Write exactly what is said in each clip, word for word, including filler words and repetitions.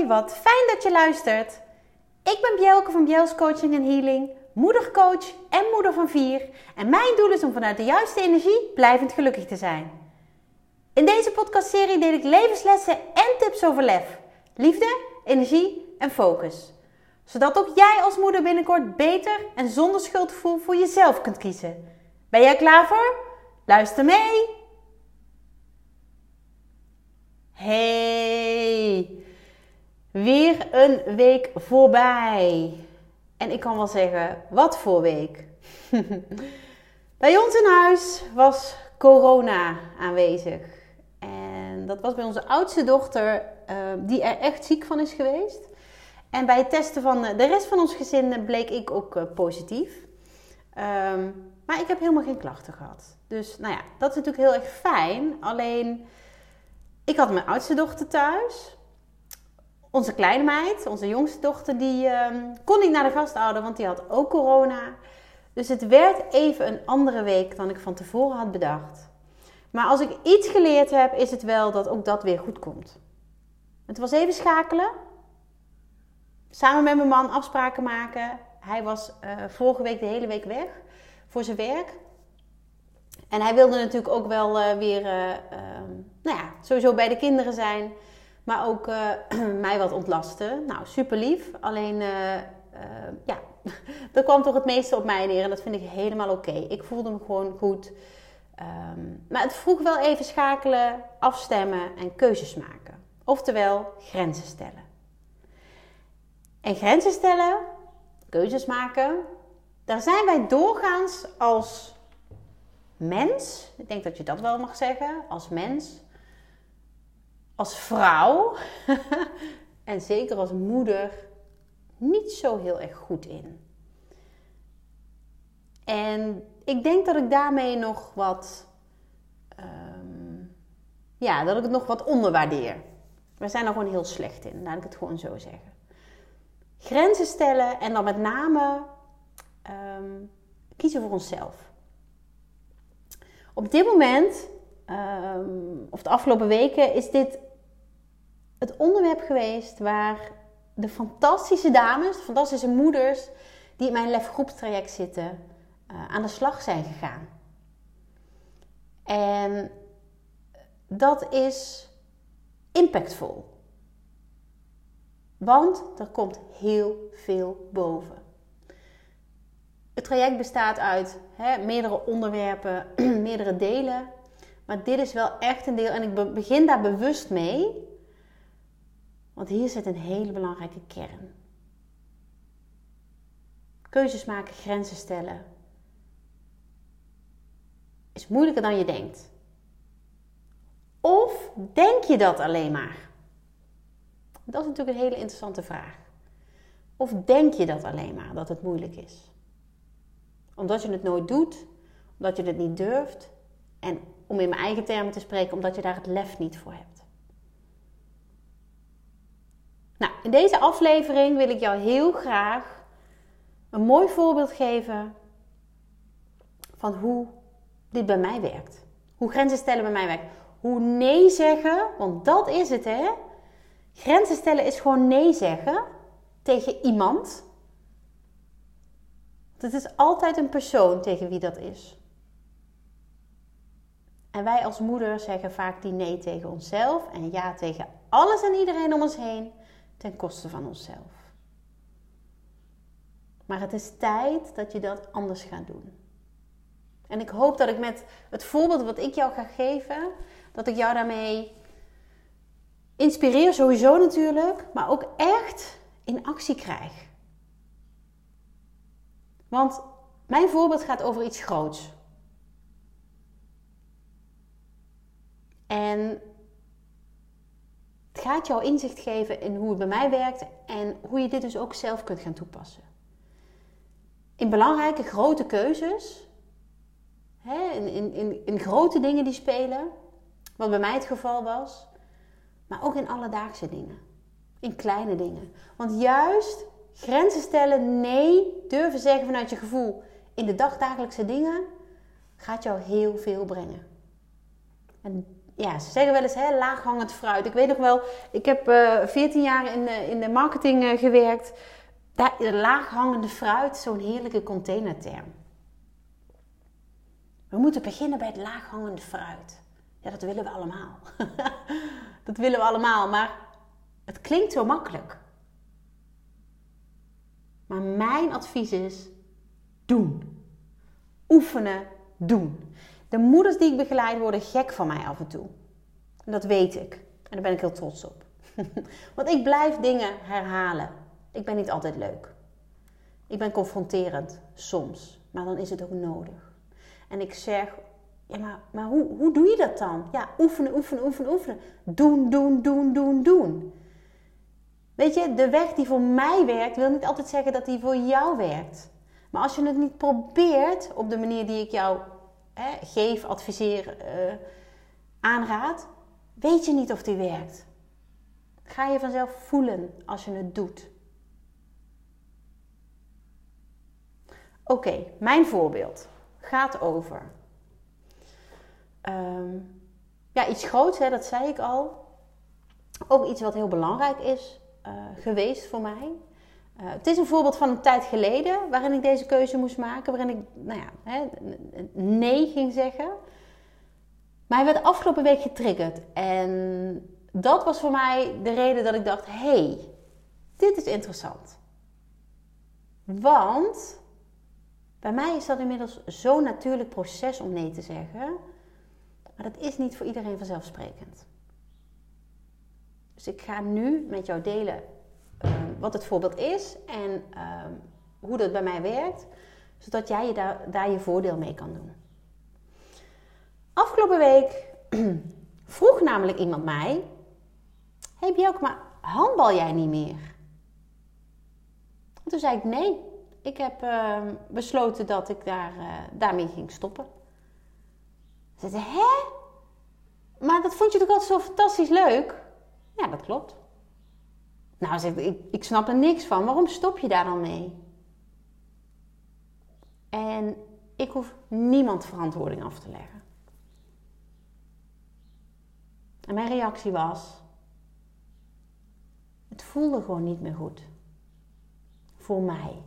hoi, wat fijn dat je luistert. Ik ben Bjelke van Bjels Coaching en Healing, moedercoach en moeder van vier. En mijn doel is om vanuit de juiste energie blijvend gelukkig te zijn. In deze podcastserie deel ik levenslessen en tips over lef, liefde, energie en focus. Zodat ook jij als moeder binnenkort beter en zonder schuldgevoel voor jezelf kunt kiezen. Ben jij klaar voor? Luister mee! Hey, weer een week voorbij. En ik kan wel zeggen, wat voor week. Bij ons in huis was corona aanwezig. En dat was bij onze oudste dochter, uh, die er echt ziek van is geweest. En bij het testen van de rest van ons gezin bleek ik ook uh, positief. Um, maar ik heb helemaal geen klachten gehad. Dus nou ja, dat is natuurlijk heel erg fijn. Alleen, ik had mijn oudste dochter thuis. Onze kleine meid, onze jongste dochter, die um, kon niet naar de gastouder, want die had ook corona. Dus het werd even een andere week dan ik van tevoren had bedacht. Maar als ik iets geleerd heb, is het wel dat ook dat weer goed komt. Het was even schakelen. Samen met mijn man afspraken maken. Hij was uh, vorige week de hele week weg voor zijn werk. En hij wilde natuurlijk ook wel uh, weer, uh, uh, nou ja, sowieso bij de kinderen zijn. Maar ook uh, mij wat ontlasten. Nou, super lief. Alleen, uh, uh, ja, er kwam toch het meeste op mij neer. En dat vind ik helemaal oké. Okay. Ik voelde me gewoon goed. Um, maar het vroeg wel even schakelen, afstemmen en keuzes maken. Oftewel, grenzen stellen. En grenzen stellen, keuzes maken, daar zijn wij doorgaans als mens, ik denk dat je dat wel mag zeggen, als mens, als vrouw en zeker als moeder niet zo heel erg goed in. En ik denk dat ik daarmee nog wat, um, ja, dat ik het nog wat onderwaardeer. We zijn er gewoon heel slecht in, laat ik het gewoon zo zeggen. Grenzen stellen en dan met name um, kiezen voor onszelf. Op dit moment, um, of de afgelopen weken, is dit het onderwerp geweest waar de fantastische dames, de fantastische moeders die in mijn Lef groepstraject zitten, uh, aan de slag zijn gegaan. En dat is impactvol. Want er komt heel veel boven. Het traject bestaat uit hè, meerdere onderwerpen, meerdere delen. Maar dit is wel echt een deel en ik be- begin daar bewust mee. Want hier zit een hele belangrijke kern. Keuzes maken, grenzen stellen. Is moeilijker dan je denkt. Of denk je dat alleen maar? Dat is natuurlijk een hele interessante vraag. Of denk je dat alleen maar, dat het moeilijk is? Omdat je het nooit doet, omdat je het niet durft en om in mijn eigen termen te spreken, omdat je daar het lef niet voor hebt. Nou, in deze aflevering wil ik jou heel graag een mooi voorbeeld geven van hoe dit bij mij werkt. Hoe grenzen stellen bij mij werkt. Hoe nee zeggen, want dat is het hè. Grenzen stellen is gewoon nee zeggen tegen iemand. Het is altijd een persoon tegen wie dat is. En wij als moeder zeggen vaak die nee tegen onszelf en ja tegen alles en iedereen om ons heen ten koste van onszelf. Maar het is tijd dat je dat anders gaat doen. En ik hoop dat ik met het voorbeeld wat ik jou ga geven, dat ik jou daarmee inspireer sowieso natuurlijk, maar ook echt in actie krijg. Want mijn voorbeeld gaat over iets groots. En het gaat jou inzicht geven in hoe het bij mij werkt en hoe je dit dus ook zelf kunt gaan toepassen. In belangrijke grote keuzes, hè, in, in, in, in grote dingen die spelen, wat bij mij het geval was, maar ook in alledaagse dingen, in kleine dingen. Want juist grenzen stellen, nee, durven zeggen vanuit je gevoel in de dagdagelijkse dingen, gaat jou heel veel brengen. En ja, ze zeggen wel eens, hè, laaghangend fruit. Ik weet nog wel, ik heb uh, veertien jaar in de, in de marketing uh, gewerkt. Daar, de laaghangende fruit, zo'n heerlijke containerterm. We moeten beginnen bij het laaghangende fruit. Ja, dat willen we allemaal. Dat willen we allemaal, maar het klinkt zo makkelijk. Maar mijn advies is, doen. Oefenen, doen. De moeders die ik begeleid worden gek van mij af en toe. En dat weet ik. En daar ben ik heel trots op. Want ik blijf dingen herhalen. Ik ben niet altijd leuk. Ik ben confronterend, soms. Maar dan is het ook nodig. En ik zeg, ja, maar, maar hoe, hoe doe je dat dan? Ja, oefenen, oefenen, oefenen, oefenen. Doen, doen, doen, doen, doen. Weet je, de weg die voor mij werkt, wil niet altijd zeggen dat die voor jou werkt. Maar als je het niet probeert op de manier die ik jou hè, geef, adviseer, uh, aanraad, weet je niet of die werkt. Ga je vanzelf voelen als je het doet. Oké, okay, mijn voorbeeld gaat over um, ja, iets groots, hè, dat zei ik al. Ook iets wat heel belangrijk is uh, geweest voor mij. Uh, het is een voorbeeld van een tijd geleden waarin ik deze keuze moest maken. Waarin ik nou ja, hè, nee ging zeggen. Maar hij werd afgelopen week getriggerd. En dat was voor mij de reden dat ik dacht, hé, hey, dit is interessant. Want bij mij is dat inmiddels zo'n natuurlijk proces om nee te zeggen. Maar dat is niet voor iedereen vanzelfsprekend. Dus ik ga nu met jou delen uh, wat het voorbeeld is en uh, hoe dat bij mij werkt. Zodat jij je daar, daar je voordeel mee kan doen. Afgelopen week vroeg namelijk iemand mij: hey Bjelke, maar handbal jij niet meer? En toen zei ik nee. Ik heb uh, besloten dat ik daar, uh, daarmee ging stoppen. Ze zei, hè? Maar dat vond je toch altijd zo fantastisch leuk? Ja, dat klopt. Nou, zeg ik, ik snap er niks van. Waarom stop je daar dan mee? En ik hoef niemand verantwoording af te leggen. En mijn reactie was: het voelde gewoon niet meer goed. Voor mij.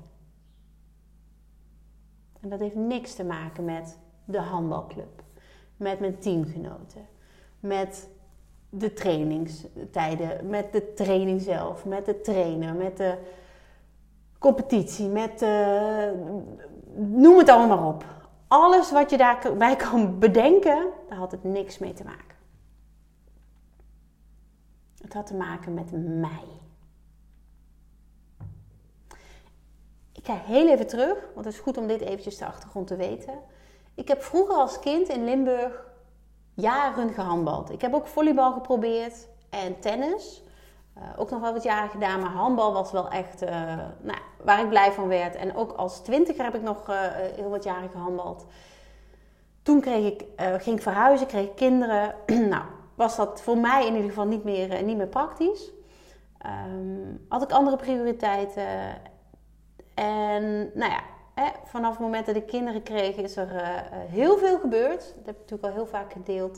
En dat heeft niks te maken met de handbalclub. Met mijn teamgenoten. Met de trainingstijden. Met de training zelf. Met de trainer. Met de competitie. Met de... noem het allemaal maar op. Alles wat je daarbij kan bedenken, daar had het niks mee te maken. Het had te maken met mij. Ik ga heel even terug, want het is goed om dit eventjes de achtergrond te weten. Ik heb vroeger als kind in Limburg jaren gehandbald. Ik heb ook volleybal geprobeerd en tennis. Uh, ook nog wel wat jaren gedaan, maar handbal was wel echt uh, nou, waar ik blij van werd. En ook als twintiger heb ik nog uh, heel wat jaren gehandbald. Toen kreeg ik, uh, ging ik verhuizen, kreeg ik kinderen. Nou, was dat voor mij in ieder geval niet meer, uh, niet meer praktisch. Um, had ik andere prioriteiten. En nou ja, hè, vanaf het moment dat ik kinderen kreeg is er uh, heel veel gebeurd. Dat heb ik natuurlijk al heel vaak gedeeld.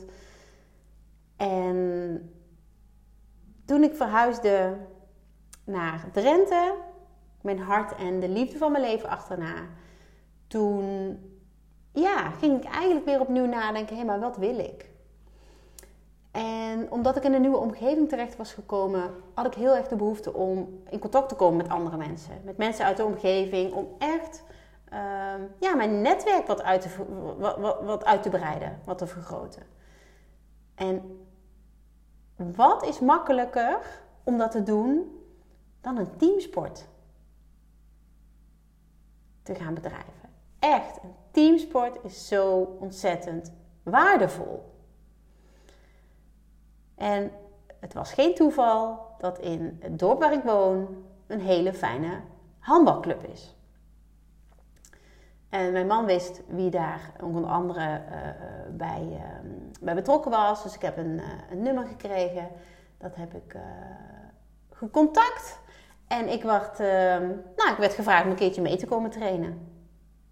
En toen ik verhuisde naar Drenthe, mijn hart en de liefde van mijn leven achterna, toen ja, ging ik eigenlijk weer opnieuw nadenken, hé, maar wat wil ik? En omdat ik in een nieuwe omgeving terecht was gekomen, had ik heel erg de behoefte om in contact te komen met andere mensen. Met mensen uit de omgeving, om echt uh, ja, mijn netwerk wat uit, te, wat, wat, wat uit te breiden, wat te vergroten. En wat is makkelijker om dat te doen dan een teamsport te gaan bedrijven? Echt, een teamsport is zo ontzettend waardevol. En het was geen toeval dat in het dorp waar ik woon een hele fijne handbalclub is. En mijn man wist wie daar onder andere uh, bij, uh, bij betrokken was. Dus ik heb een, uh, een nummer gekregen. Dat heb ik uh, gecontact. En ik werd, uh, nou, ik werd gevraagd om een keertje mee te komen trainen.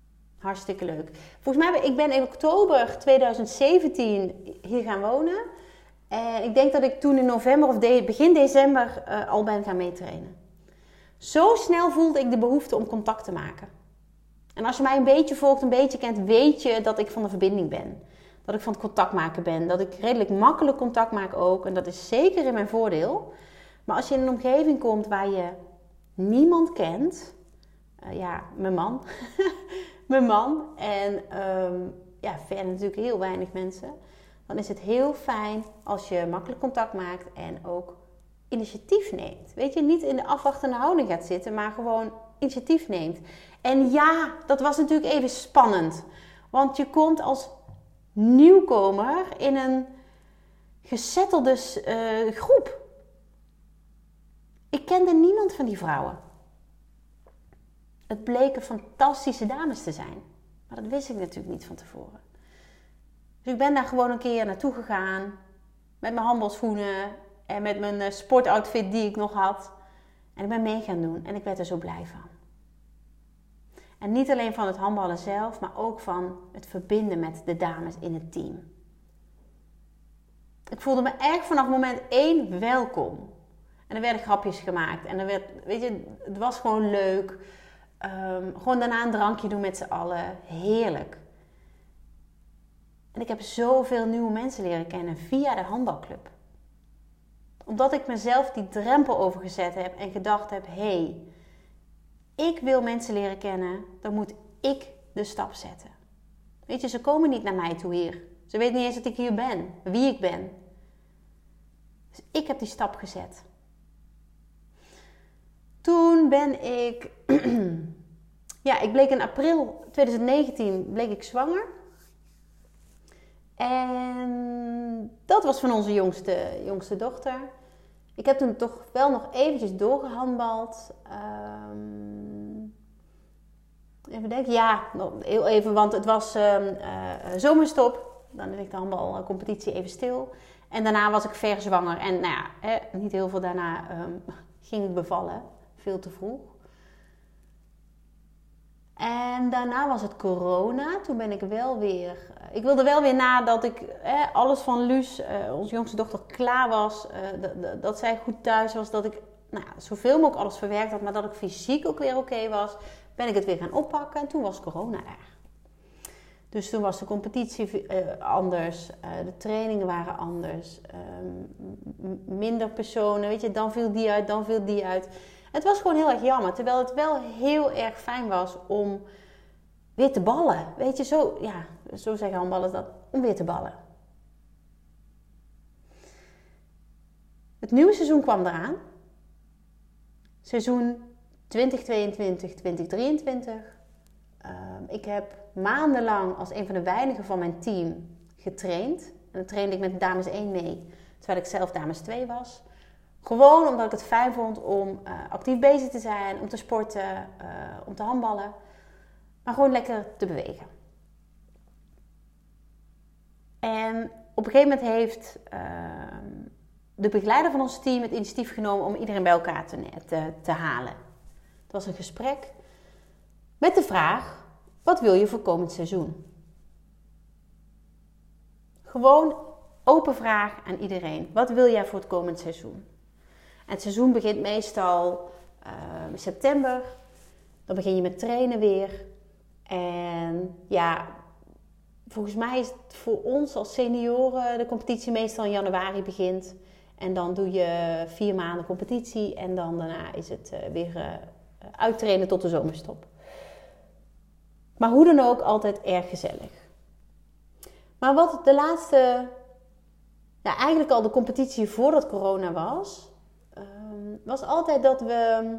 Hartstikke leuk. Volgens mij, ik ben in oktober tweeduizend zeventien hier gaan wonen. En ik denk dat ik toen in november of de, begin december uh, al ben gaan meetrainen. Zo snel voelde ik de behoefte om contact te maken. En als je mij een beetje volgt, een beetje kent, weet je dat ik van de verbinding ben. Dat ik van het contact maken ben. Dat ik redelijk makkelijk contact maak ook. En dat is zeker in mijn voordeel. Maar als je in een omgeving komt waar je niemand kent. Uh, ja, mijn man. mijn man. En um, ja, verder natuurlijk heel weinig mensen. Dan is het heel fijn als je makkelijk contact maakt en ook initiatief neemt. Weet je, niet in de afwachtende houding gaat zitten, maar gewoon initiatief neemt. En ja, dat was natuurlijk even spannend. Want je komt als nieuwkomer in een gesettelde uh, groep. Ik kende niemand van die vrouwen. Het bleken fantastische dames te zijn. Maar dat wist ik natuurlijk niet van tevoren. Dus ik ben daar gewoon een keer naartoe gegaan. Met mijn handbalschoenen en met mijn sportoutfit die ik nog had. En ik ben mee gaan doen. En ik werd er zo blij van. En niet alleen van het handballen zelf, maar ook van het verbinden met de dames in het team. Ik voelde me echt vanaf moment één welkom. En er werden grapjes gemaakt. En er werd, weet je, het was gewoon leuk. Um, gewoon daarna een drankje doen met z'n allen. Heerlijk. En ik heb zoveel nieuwe mensen leren kennen via de handbalclub. Omdat ik mezelf die drempel overgezet heb en gedacht heb, hé, hey, ik wil mensen leren kennen, dan moet ik de stap zetten. Weet je, ze komen niet naar mij toe hier. Ze weten niet eens dat ik hier ben, wie ik ben. Dus ik heb die stap gezet. Toen ben ik, ja, ik bleek in april twintig negentien bleek ik zwanger. En dat was van onze jongste, jongste dochter. Ik heb toen toch wel nog eventjes doorgehandbald. Um, even denken. Ja, nog heel even, want het was um, uh, zomerstop. Dan ligt de handbalcompetitie even stil. En daarna was ik verzwanger. En nou ja, hè, niet heel veel daarna um, ging ik bevallen. Veel te vroeg. En daarna was het corona. Toen ben ik wel weer... Ik wilde wel weer nadat ik eh, alles van Luus, uh, onze jongste dochter, klaar was. Uh, d- d- dat zij goed thuis was. Dat ik nou, zoveel mogelijk alles verwerkt had. Maar dat ik fysiek ook weer oké was. Ben ik het weer gaan oppakken. En toen was corona er. Dus toen was de competitie uh, anders. Uh, de trainingen waren anders. Um, m- minder personen. Weet je, dan viel die uit, dan viel die uit. Het was gewoon heel erg jammer. Terwijl het wel heel erg fijn was om weer te ballen. Weet je, zo, ja, zo zeggen handballers dat. Om weer te ballen. Het nieuwe seizoen kwam eraan. Seizoen twintig tweeëntwintig twintig drieëntwintig. Uh, ik heb maandenlang als een van de weinigen van mijn team getraind. En dan trainde ik met dames één mee. Terwijl ik zelf dames twee was. Gewoon omdat ik het fijn vond om uh, actief bezig te zijn, om te sporten, uh, om te handballen. Maar gewoon lekker te bewegen. En op een gegeven moment heeft uh, de begeleider van ons team het initiatief genomen om iedereen bij elkaar te, te, te halen. Het was een gesprek met de vraag, wat wil je voor komend seizoen? Gewoon open vraag aan iedereen. Wat wil jij voor het komend seizoen? En het seizoen begint meestal uh, in september. Dan begin je met trainen weer. En ja, volgens mij is het voor ons als senioren de competitie meestal in januari begint. En dan doe je vier maanden competitie. En dan daarna is het uh, weer uh, uittrainen tot de zomerstop. Maar hoe dan ook, altijd erg gezellig. Maar wat de laatste, ja, eigenlijk al de competitie voordat corona was, um, was altijd dat we,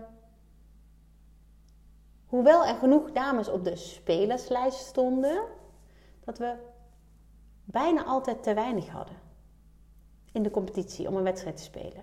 hoewel er genoeg dames op de spelerslijst stonden, dat we bijna altijd te weinig hadden in de competitie om een wedstrijd te spelen.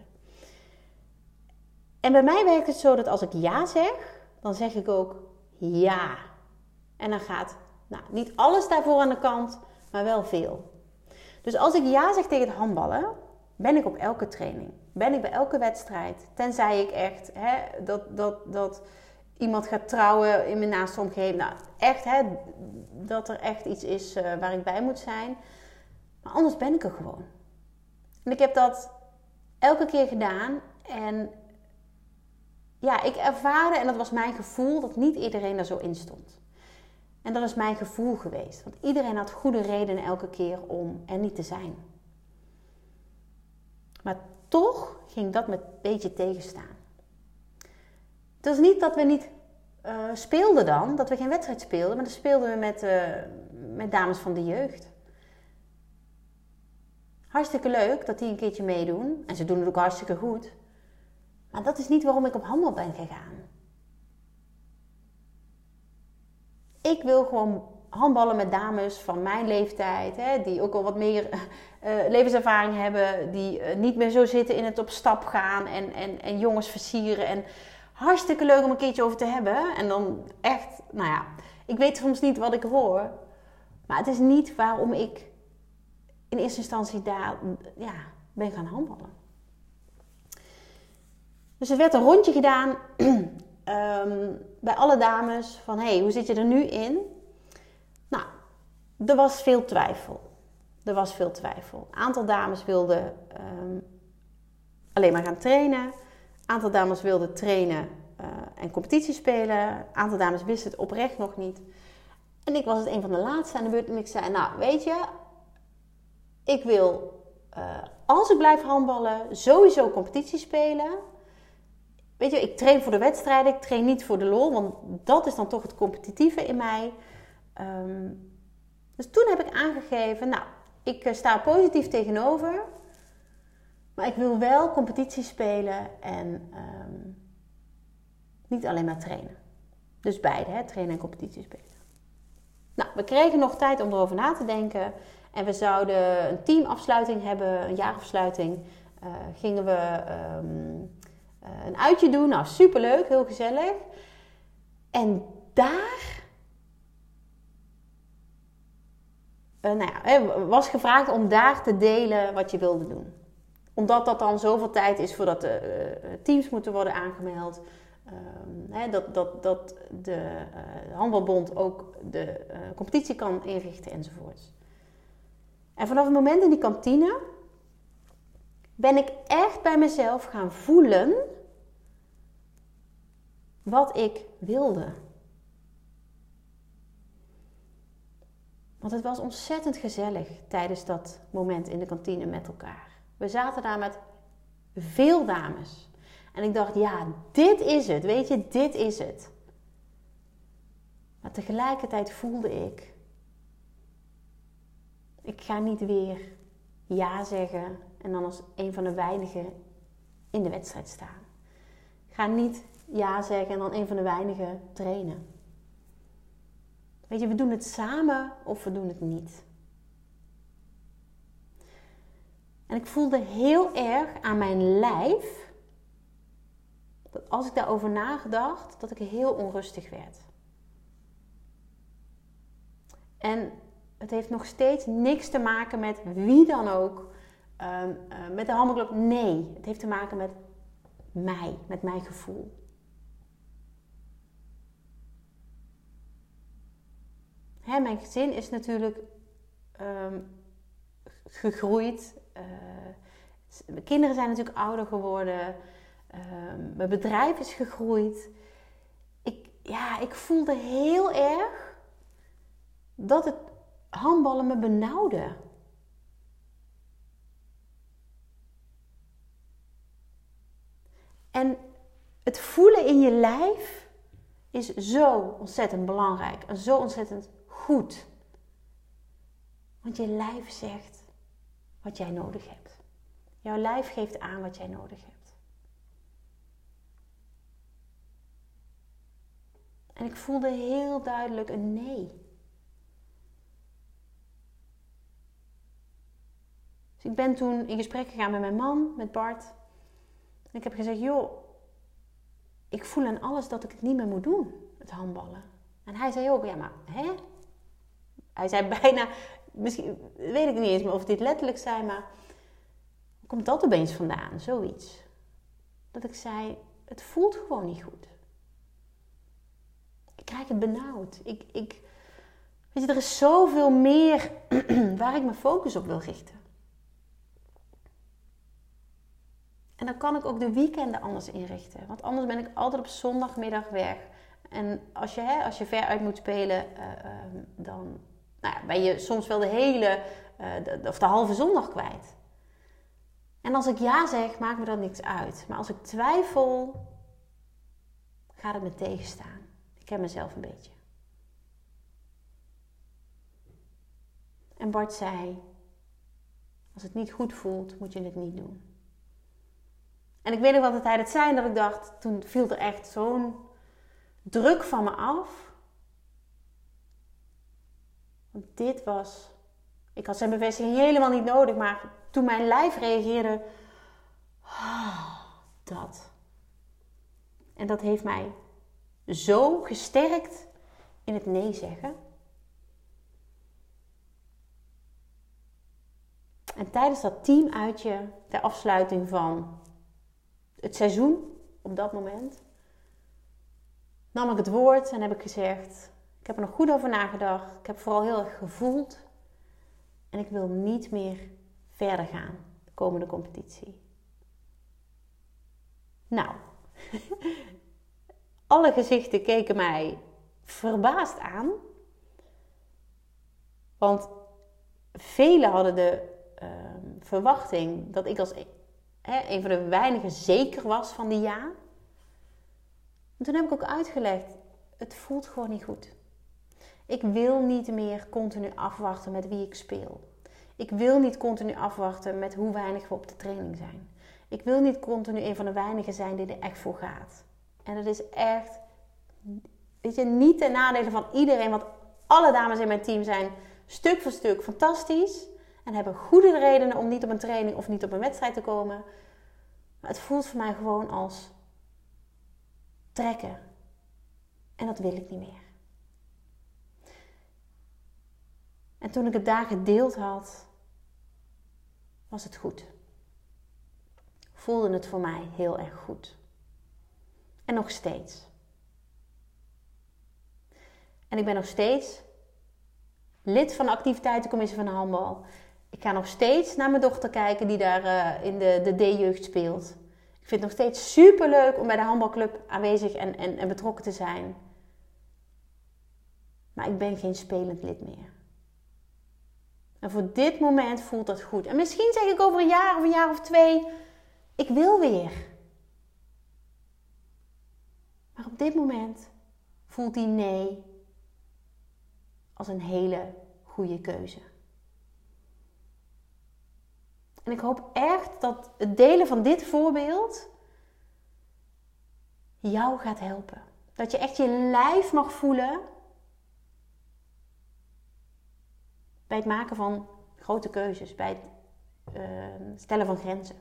En bij mij werkt het zo dat als ik ja zeg, dan zeg ik ook ja. En dan gaat nou, niet alles daarvoor aan de kant, maar wel veel. Dus als ik ja zeg tegen het handballen, ben ik op elke training. Ben ik bij elke wedstrijd. Tenzij ik echt hè, dat, dat, dat iemand gaat trouwen in mijn naaste omgeving. Nou, echt hè, dat er echt iets is uh, waar ik bij moet zijn. Maar anders ben ik er gewoon. En ik heb dat elke keer gedaan. En ja, ik ervaarde, en dat was mijn gevoel, dat niet iedereen er zo in stond. En dat is mijn gevoel geweest. Want iedereen had goede redenen elke keer om er niet te zijn. Maar toch ging dat met een beetje tegenstaan. Het was niet dat we niet uh, speelden dan, dat we geen wedstrijd speelden. Maar dan speelden we met, uh, met dames van de jeugd. Hartstikke leuk dat die een keertje meedoen. En ze doen het ook hartstikke goed. Maar dat is niet waarom ik op handbal ben gegaan. Ik wil gewoon handballen met dames van mijn leeftijd. Hè, die ook al wat meer uh, levenservaring hebben. Die uh, niet meer zo zitten in het op stap gaan. En, en, en jongens versieren. En hartstikke leuk om een keertje over te hebben. En dan echt, nou ja. Ik weet soms niet wat ik hoor. Maar het is niet waarom ik in eerste instantie daar ja, ben gaan handballen. Dus er werd een rondje gedaan um, bij alle dames van hé, hey, hoe zit je er nu in? Nou, er was veel twijfel. Er was veel twijfel. Een aantal dames wilden um, alleen maar gaan trainen. Een aantal dames wilden trainen uh, en competitie spelen. Een aantal dames wisten het oprecht nog niet. En ik was het een van de laatste aan de beurt en ik zei, nou weet je, ik wil, uh, als ik blijf handballen, sowieso competitie spelen. Weet je, ik train voor de wedstrijden, ik train niet voor de lol, want dat is dan toch het competitieve in mij. Um, dus toen heb ik aangegeven, nou, ik uh, sta er positief tegenover, maar ik wil wel competitie spelen en um, niet alleen maar trainen. Dus beide, hè, trainen en competitie spelen. Nou, we kregen nog tijd om erover na te denken. En we zouden een teamafsluiting hebben, een jaarafsluiting. Uh, gingen we um, uh, een uitje doen. Nou, superleuk, heel gezellig. En daar uh, nou ja, was gevraagd om daar te delen wat je wilde doen. Omdat dat dan zoveel tijd is voordat de uh, teams moeten worden aangemeld. Um, hè, dat, dat, dat de uh, handbalbond ook de uh, competitie kan inrichten enzovoorts. En vanaf het moment in die kantine ben ik echt bij mezelf gaan voelen wat ik wilde. Want het was ontzettend gezellig tijdens dat moment in de kantine met elkaar. We zaten daar met veel dames. En ik dacht, ja, dit is het, weet je, dit is het. Maar tegelijkertijd voelde ik, ik ga niet weer ja zeggen en dan als een van de weinigen in de wedstrijd staan. Ik ga niet ja zeggen en dan een van de weinigen trainen. Weet je, we doen het samen of we doen het niet. En ik voelde heel erg aan mijn lijf, dat als ik daarover nagedacht, dat ik heel onrustig werd. En het heeft nog steeds niks te maken met wie dan ook, uh, uh, met de handbalclub. Nee, het heeft te maken met mij, met mijn gevoel. Hè, mijn gezin is natuurlijk um, gegroeid. Uh, mijn kinderen zijn natuurlijk ouder geworden. Uh, mijn bedrijf is gegroeid. Ik, ja, ik voelde heel erg dat het handballen me benauwde. En het voelen in je lijf is zo ontzettend belangrijk en zo ontzettend goed. Want je lijf zegt wat jij nodig hebt. Jouw lijf geeft aan wat jij nodig hebt. En ik voelde heel duidelijk een nee. Dus ik ben toen in gesprek gegaan met mijn man, met Bart. En ik heb gezegd, joh, ik voel aan alles dat ik het niet meer moet doen, het handballen. En hij zei ook, ja maar, hè? Hij zei bijna, misschien weet ik niet eens meer of dit letterlijk zei, maar hoe komt dat opeens vandaan? Zoiets. Dat ik zei, het voelt gewoon niet goed. Ik krijg het benauwd. Ik, ik, weet je, er is zoveel meer waar ik mijn focus op wil richten. En dan kan ik ook de weekenden anders inrichten. Want anders ben ik altijd op zondagmiddag weg. En als je, hè, als je ver uit moet spelen, uh, uh, dan nou ja, ben je soms wel de hele, uh, de, of de halve zondag kwijt. En als ik ja zeg, maakt me dat niks uit. Maar als ik twijfel, gaat het me tegenstaan. Ik ken mezelf een beetje. En Bart zei, als het niet goed voelt, moet je het niet doen. En ik weet nog wat hij het zei, dat ik dacht, toen viel er echt zo'n druk van me af. Want dit was, ik had zijn bevestiging helemaal niet nodig, maar toen mijn lijf reageerde, oh, dat. En dat heeft mij zo gesterkt in het nee zeggen. En tijdens dat teamuitje, ter afsluiting van het seizoen, op dat moment, nam ik het woord en heb ik gezegd, ik heb er nog goed over nagedacht. Ik heb vooral heel erg gevoeld. En ik wil niet meer verder gaan, de komende competitie. Nou, alle gezichten keken mij verbaasd aan. Want velen hadden de uh, verwachting dat ik als He, een van de weinigen zeker was van die ja. En toen heb ik ook uitgelegd, het voelt gewoon niet goed. Ik wil niet meer continu afwachten met wie ik speel. Ik wil niet continu afwachten met hoe weinig we op de training zijn. Ik wil niet continu een van de weinigen zijn die er echt voor gaat. En dat is echt, weet je, niet ten nadele van iedereen, want alle dames in mijn team zijn stuk voor stuk fantastisch. En hebben goede redenen om niet op een training of niet op een wedstrijd te komen. Maar het voelt voor mij gewoon als trekken. En dat wil ik niet meer. En toen ik het daar gedeeld had, was het goed. Voelde het voor mij heel erg goed. En nog steeds. En ik ben nog steeds lid van de activiteitencommissie van de handbal. Ik ga nog steeds naar mijn dochter kijken die daar uh, in de, de D-jeugd speelt. Ik vind het nog steeds super leuk om bij de handbalclub aanwezig en, en, en betrokken te zijn. Maar ik ben geen spelend lid meer. En voor dit moment voelt dat goed. En misschien zeg ik over een jaar of een jaar of twee, ik wil weer. Maar op dit moment voelt die nee als een hele goede keuze. En ik hoop echt dat het delen van dit voorbeeld jou gaat helpen. Dat je echt je lijf mag voelen bij het maken van grote keuzes, bij het uh, stellen van grenzen.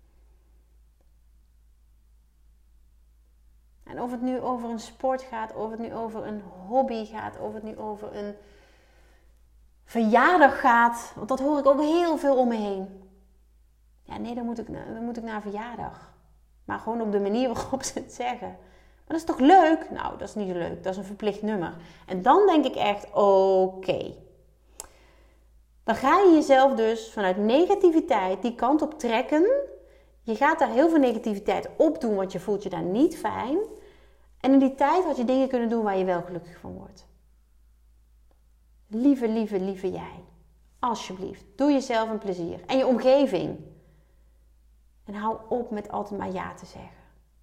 En of het nu over een sport gaat, of het nu over een hobby gaat, of het nu over een verjaardag gaat, want dat hoor ik ook heel veel om me heen. Ja, nee, dan moet ik, dan moet ik naar een verjaardag. Maar gewoon op de manier waarop ze het zeggen. Maar dat is toch leuk? Nou, dat is niet zo leuk. Dat is een verplicht nummer. En dan denk ik echt, oké. Okay. Dan ga je jezelf dus vanuit negativiteit die kant op trekken. Je gaat daar heel veel negativiteit op doen, want je voelt je daar niet fijn. En in die tijd had je dingen kunnen doen waar je wel gelukkig van wordt. Lieve, lieve, lieve jij. Alsjeblieft, doe jezelf een plezier. En je omgeving. En hou op met altijd maar ja te zeggen.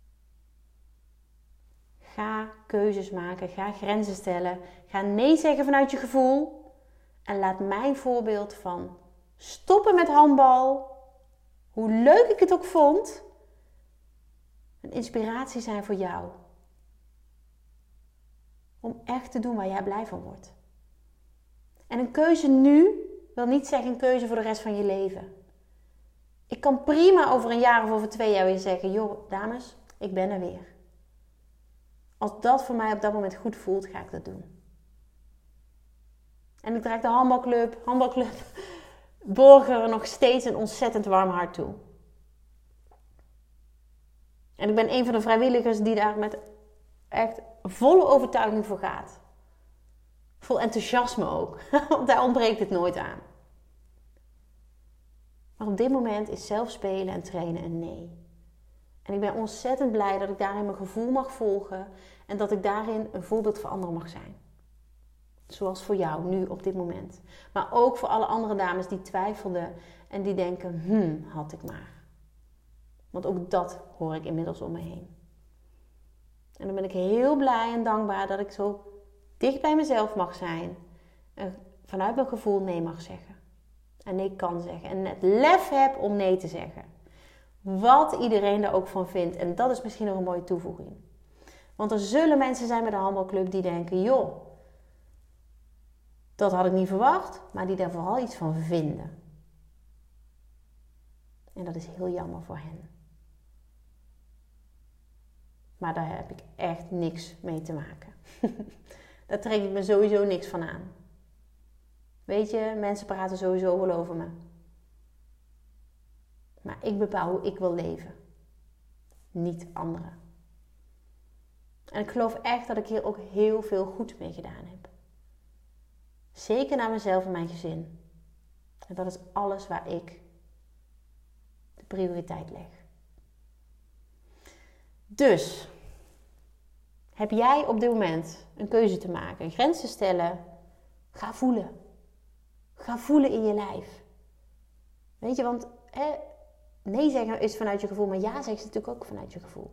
Ga keuzes maken, ga grenzen stellen. Ga nee zeggen vanuit je gevoel. En laat mijn voorbeeld van stoppen met handbal, hoe leuk ik het ook vond, een inspiratie zijn voor jou. Om echt te doen waar jij blij van wordt. En een keuze nu wil niet zeggen een keuze voor de rest van je leven. Ik kan prima over een jaar of over twee jaar weer zeggen, joh dames, ik ben er weer. Als dat voor mij op dat moment goed voelt, ga ik dat doen. En ik draag de handbalclub, handbalclub Borger nog steeds een ontzettend warm hart toe. En ik ben een van de vrijwilligers die daar met echt volle overtuiging voor gaat. Vol enthousiasme ook, want daar ontbreekt het nooit aan. Maar op dit moment is zelf spelen en trainen een nee. En ik ben ontzettend blij dat ik daarin mijn gevoel mag volgen. En dat ik daarin een voorbeeld voor anderen mag zijn. Zoals voor jou, nu op dit moment. Maar ook voor alle andere dames die twijfelden. En die denken, hmm, had ik maar. Want ook dat hoor ik inmiddels om me heen. En dan ben ik heel blij en dankbaar dat ik zo dicht bij mezelf mag zijn. En vanuit mijn gevoel nee mag zeggen. En nee kan zeggen. En het lef heb om nee te zeggen. Wat iedereen daar ook van vindt. En dat is misschien nog een mooie toevoeging. Want er zullen mensen zijn bij de handbalclub die denken, joh, dat had ik niet verwacht. Maar die daar vooral iets van vinden. En dat is heel jammer voor hen. Maar daar heb ik echt niks mee te maken. Daar trek ik me sowieso niks van aan. Weet je, mensen praten sowieso wel over me. Maar ik bepaal hoe ik wil leven. Niet anderen. En ik geloof echt dat ik hier ook heel veel goed mee gedaan heb. Zeker naar mezelf en mijn gezin. En dat is alles waar ik de prioriteit leg. Dus, heb jij op dit moment een keuze te maken, een grens te stellen? Ga voelen. Ga voelen in je lijf. Weet je, want hè, nee zeggen is vanuit je gevoel, maar ja zeggen is natuurlijk ook vanuit je gevoel.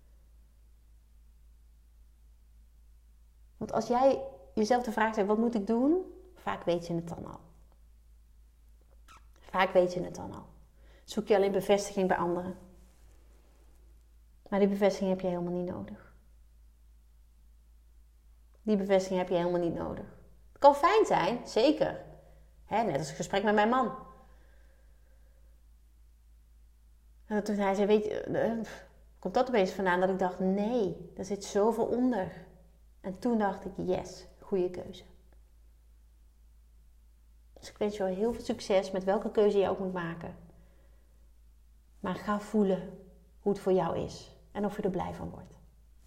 Want als jij jezelf de vraag stelt, wat moet ik doen? Vaak weet je het dan al. Vaak weet je het dan al. Zoek je alleen bevestiging bij anderen. Maar die bevestiging heb je helemaal niet nodig. Die bevestiging heb je helemaal niet nodig. Het kan fijn zijn, zeker. Hè, net als een gesprek met mijn man. En toen hij zei, weet je, uh, komt dat opeens vandaan? Dat ik dacht, nee, er zit zoveel onder. En toen dacht ik, yes, goede keuze. Dus ik wens je wel heel veel succes met welke keuze je ook moet maken. Maar ga voelen hoe het voor jou is. En of je er blij van wordt.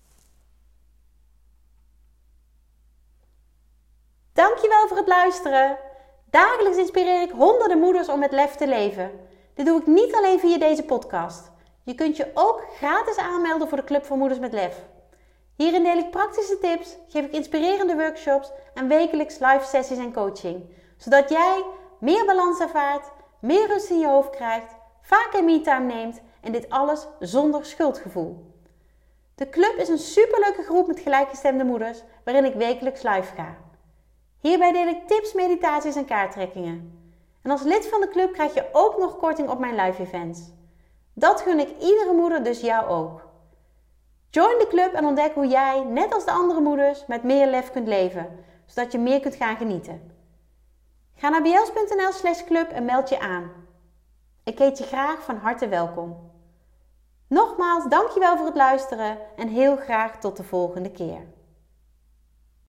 Dankjewel voor het luisteren. Dagelijks inspireer ik honderden moeders om met lef te leven. Dit doe ik niet alleen via deze podcast. Je kunt je ook gratis aanmelden voor de Club voor Moeders met Lef. Hierin deel ik praktische tips, geef ik inspirerende workshops en wekelijks live sessies en coaching. Zodat jij meer balans ervaart, meer rust in je hoofd krijgt, vaker me-time neemt en dit alles zonder schuldgevoel. De club is een superleuke groep met gelijkgestemde moeders waarin ik wekelijks live ga. Hierbij deel ik tips, meditaties en kaarttrekkingen. En als lid van de club krijg je ook nog korting op mijn live events. Dat gun ik iedere moeder, dus jou ook. Join de club en ontdek hoe jij, net als de andere moeders, met meer lef kunt leven, zodat je meer kunt gaan genieten. Ga naar bjels.nl slash club en meld je aan. Ik heet je graag van harte welkom. Nogmaals, dankjewel voor het luisteren en heel graag tot de volgende keer.